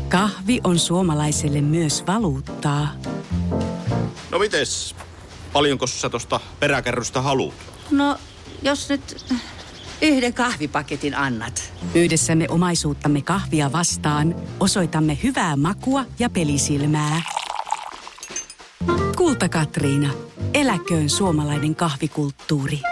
Kahvi on suomalaiselle myös valuuttaa. No mites? Paljonko sä tosta peräkärrystä haluat? No, jos nyt yhden kahvipaketin annat. Yhdessämme omaisuuttamme kahvia vastaan osoitamme hyvää makua ja pelisilmää. Kulta Katriina. Eläköön suomalainen kahvikulttuuri.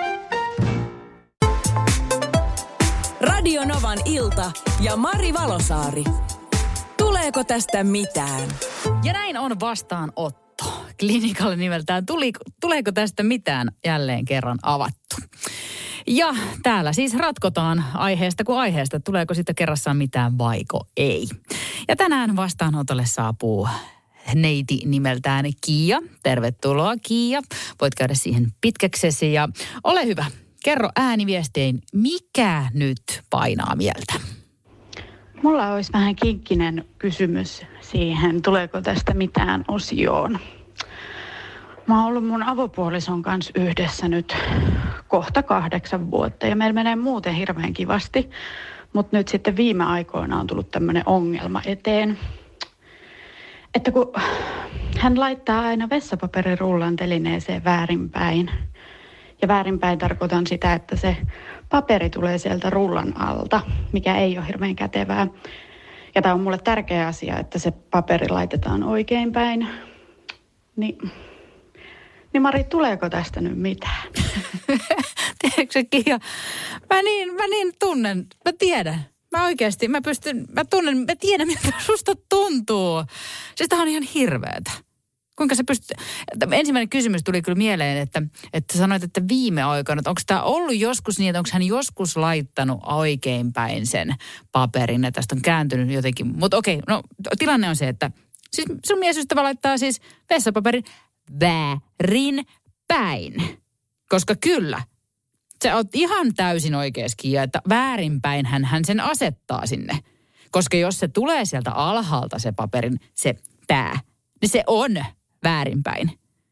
Radio Novan ilta ja Mari Valosaari. Tuleeko tästä mitään? Ja näin on vastaanotto. Klinikalle nimeltään Tuleeko tästä mitään jälleen kerran avattu. Ja täällä siis ratkotaan aiheesta kuin aiheesta, tuleeko sitä kerrassaan mitään vaiko ei. Ja tänään vastaanotolle saapuu neiti nimeltään Kiia. Tervetuloa Kiia. Voit käydä siihen pitkäksesi ja ole hyvä. Kerro ääniviestein, mikä nyt painaa mieltä? Mulla olisi vähän kinkkinen kysymys siihen, tuleeko tästä mitään osioon. Mä oon ollut mun avopuolison kanssa yhdessä nyt kohta 8 vuotta ja meillä menee muuten hirveän kivasti. Mutta nyt sitten viime aikoina on tullut tämmöinen ongelma eteen, että kun hän laittaa aina vessapaperirullan telineeseen väärinpäin. Ja väärinpäin tarkoitan sitä, että se paperi tulee sieltä rullan alta, mikä ei ole hirveän kätevää. Ja tämä on mulle tärkeä asia, että se paperi laitetaan oikeinpäin. Niin Mari, tuleeko tästä nyt mitään? Tiedätkö Kiia? Mä niin tunnen, mä tiedän. Mä oikeasti, mä tiedän miltä susta tuntuu. Siis tää on ihan hirveetä. Kuinka sä pystyt... Ensimmäinen kysymys tuli kyllä mieleen, että sanoit, että viime aikoina, että onko tämä ollut joskus niin, että onko hän joskus laittanut oikeinpäin sen paperin, että tästä on kääntynyt jotenkin. Mutta okei, no tilanne on se, että siis sun miesystävä laittaa siis vessapaperin väärin päin. Koska kyllä, sä oot ihan täysin oikeaskin, että väärinpäin hän sen asettaa sinne. Koska jos se tulee sieltä alhaalta se paperin, se pää, niin se on väärinpäin.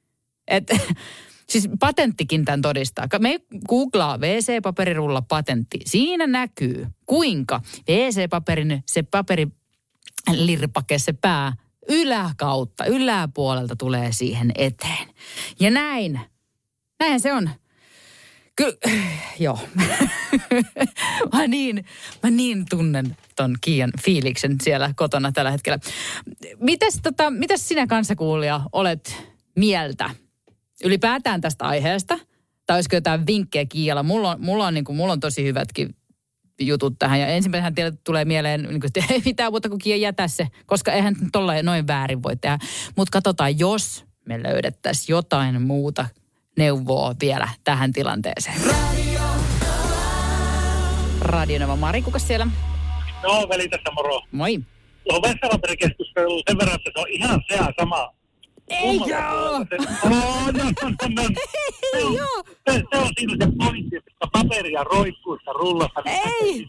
Siis patenttikin tämän todistaa. Me googlaa WC-paperirulla patentti. Siinä näkyy, kuinka WC-paperin se paperilirpake, se pää yläpuolelta tulee siihen eteen. Ja näinhän se on. Kyllä, joo. Mä niin tunnen ton Kiian fiiliksen siellä kotona tällä hetkellä. Mitäs sinä kansakuulija olet mieltä ylipäätään tästä aiheesta? Tai olisiko jotain vinkkejä Kiialla? Mulla on tosi hyvätkin jutut tähän. Ja ensimmäisenhän tulee mieleen, että ei mitään muuta kuin Kiia jätä se, koska eihän tollain noin väärin voi tehdä. Mutta katsotaan, jos me löydettäisiin jotain muuta neuvoa vielä tähän tilanteeseen. Radio Nova. Mari, kukas siellä? No, veli tässä moro. Moi. Tuohon vessapaperikeskusteluun sen verran, että se on ihan se sama. Ei joo! Se on siinä se pointti, että paperia roikkuu sitä rullasta. Ei!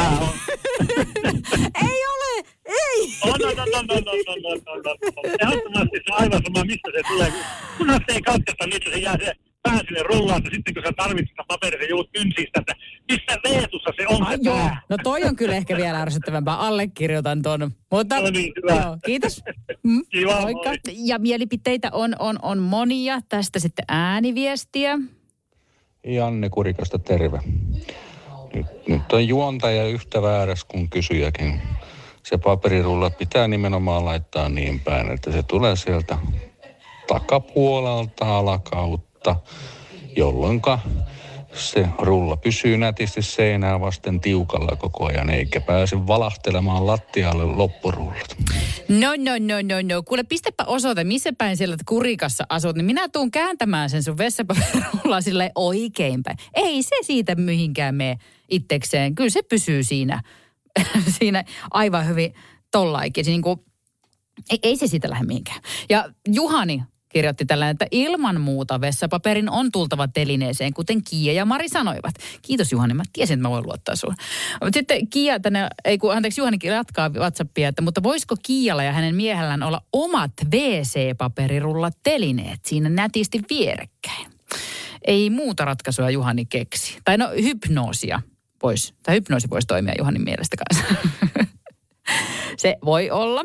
Ei ole! Ei! No. Ehdottomasti se aivan sama, mistä se tulee. Kunhan se ei katkesta, niin se jää se pää sinne rullaan, että sitten kun sä tarvitset sitä paperia, se juut kynsistä, että missä veetussa se on se pää. No toi on kyllä ehkä vielä ärsyttävämpää. Allekirjoitan ton. Mutta no niin, hyvä. Joo, kiitos. Kiva, moikka. moi. Ja mielipiteitä on monia. Tästä sitten ääniviestiä. Janne Kurikasta, terve. Nyt on juontaja yhtä väärässä kuin kysyjäkin. Se paperirulla pitää nimenomaan laittaa niin päin, että se tulee sieltä takapuolelta alakautta, jolloinka se rulla pysyy nätisti seinää vasten tiukalla koko ajan, eikä pääse valahtelemaan lattialle loppurullat. No. Kuule, pistäpä osoite, missä päin siellä Kurikassa asut, niin minä tuun kääntämään sen sun vessapaperirullaa silleen oikeinpäin. Ei se siitä mihinkään mene itsekseen. Kyllä se pysyy siinä aivan hyvin tollaikin. Niin kuin, ei se siitä lähde mihinkään. Ja Juhani kirjoitti tällainen, että ilman muuta vessapaperin on tultava telineeseen, kuten Kiia ja Mari sanoivat. Kiitos Juhani, mä tiesin, että mä voin luottaa sun. Mutta sitten Kiia Juhanikin jatkaa WhatsAppia, että mutta voisiko Kiialla ja hänen miehellään olla omat WC-paperirullat telineet siinä nätisti vierekkäin? Ei muuta ratkaisua Juhani keksi. Tai no hypnoosi voisi toimia Juhanin mielestä kanssa. Se voi olla.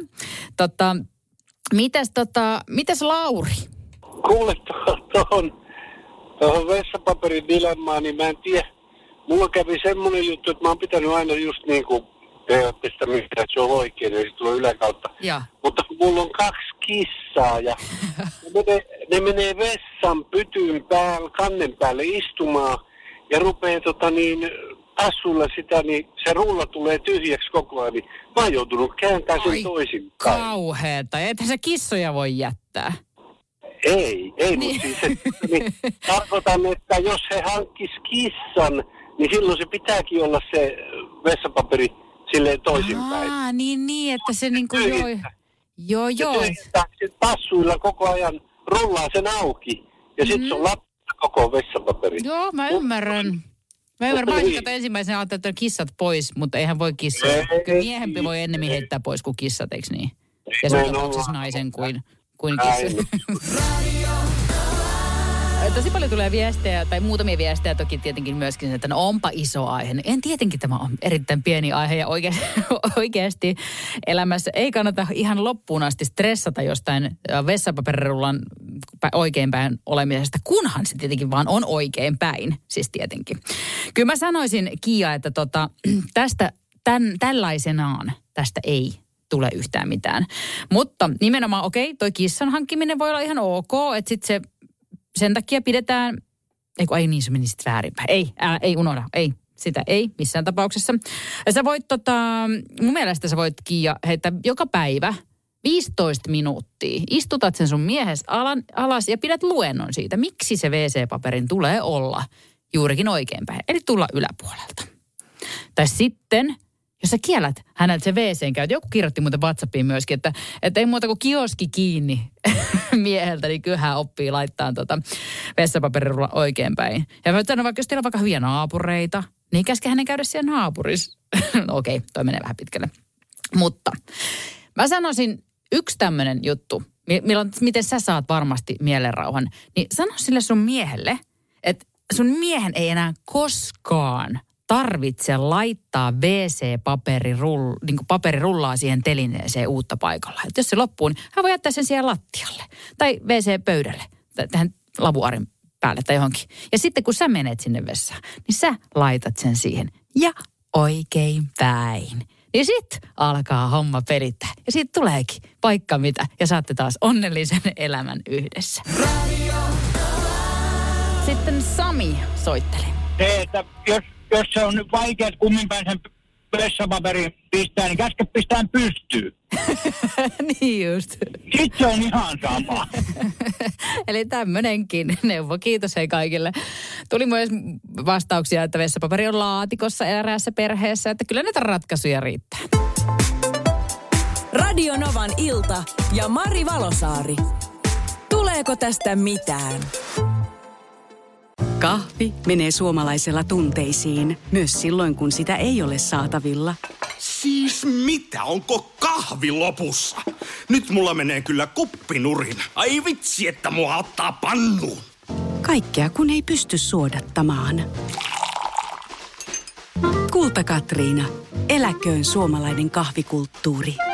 Mitäs Lauri? Kuule tuohon vessapaperin dilemmaan, niin mä en tiedä. Mulla kävi semmoinen juttu, että mä oon pitänyt aina just niin kuin periaatteessa mitään, että se on oikein, ja se tulee yläkautta. Ja. Mutta mulla on 2 kissaa, ja ne menee vessan pytyn päälle, kannen päälle istumaan, ja rupeaa tassulla sitä, niin se rulla tulee tyhjäksi koko ajan, niin mä oon joutunut kääntämään sen toisin. Kauheeta. Eihän se kissoja voi jättää. Ei, niin. Mutta siis tarkoitan, että jos he hankkisi kissan, niin silloin se pitääkin olla se vessapaperi silleen toisinpäin. Niin, että se niinku joo. Se tassuilla koko ajan rullaa sen auki, ja sitten se on lapsista koko vessapaperi. Joo, mä ymmärrän. Mä ensimmäisenä ajattelin, että kissat pois, mutta eihän voi kissoja. Kyllä miehempi voi ennemmin heittää pois kuin kissat, eikö niin? Ja se on tapauksessa naisen kuin kissa. Tosi paljon tulee viestejä, tai muutamia viestejä toki tietenkin myöskin, että no onpa iso aihe. En tietenkin tämä on erittäin pieni aihe ja oikeasti elämässä ei kannata ihan loppuun asti stressata jostain vessapaperirullan oikeinpäin olemisesta, kunhan se tietenkin vaan on oikeinpäin, siis tietenkin. Kyllä mä sanoisin, Kiia, että tällaisenaan tästä ei tule yhtään mitään. Mutta nimenomaan, toi kissan hankkiminen voi olla ihan ok, että sitten se sen takia pidetään, se meni sitten väärinpäin. Ei unohda, ei. Sitä ei missään tapauksessa. Sä voit mun mielestä sä voit, Kiia, heittää joka päivä 15 minuuttia. Istutat sen sun miehes alas ja pidät luennon siitä, miksi se WC-paperin tulee olla juurikin oikeinpäin. Eli tulla yläpuolelta. Tai sitten, jos sä kiellät häneltä se WC:n käyt. Joku kirjoitti muuten WhatsAppiin myöskin, että ei muuta kuin kioski kiinni mieheltä, niin kyllä hän oppii laittaa vessapaperirulla oikeinpäin. Ja mä sanon, jos teillä on vaikka hyviä naapureita, niin käske hänen käydä siellä naapurissa. No okei, toi menee vähän pitkälle. Mutta mä sanoisin yksi tämmöinen juttu, miten sä saat varmasti mielenrauhan, niin sano sille sun miehelle, että sun miehen ei enää koskaan tarvitse laittaa paperirullaa siihen telineeseen uutta paikalla. Että jos se loppuu, niin hän voi jättää sen siihen lattialle tai WC-pöydälle, tähän lavuaarin päälle tai johonkin. Ja sitten kun sä menet sinne vessaan, niin sä laitat sen siihen ja oikein päin. Ja sit alkaa homma pelittää. Ja siitä tuleekin vaikka mitä. Ja saatte taas onnellisen elämän yhdessä. Sitten Sami soitteli. Se, että jos se on nyt vaikea, että kummin päin sen vessapaperin pistää, niin käske pistään pystyyn. Niin just. Sitten se on ihan sama. Eli tämmönenkin neuvo. Kiitos hei kaikille. Tuli myös vastauksia, että vessapaperi on laatikossa eräässä perheessä, että kyllä näitä ratkaisuja riittää. Radio Novan ilta ja Mari Valosaari. Tuleeko tästä mitään? Kahvi menee suomalaisella tunteisiin, myös silloin kun sitä ei ole saatavilla. Siis mitä? Onko kahvi lopussa? Nyt mulla menee kyllä kuppinurin. Ai vitsi, että mua ottaa pannuun. Kaikkea kun ei pysty suodattamaan. Kulta Katriina. Eläköön suomalainen kahvikulttuuri.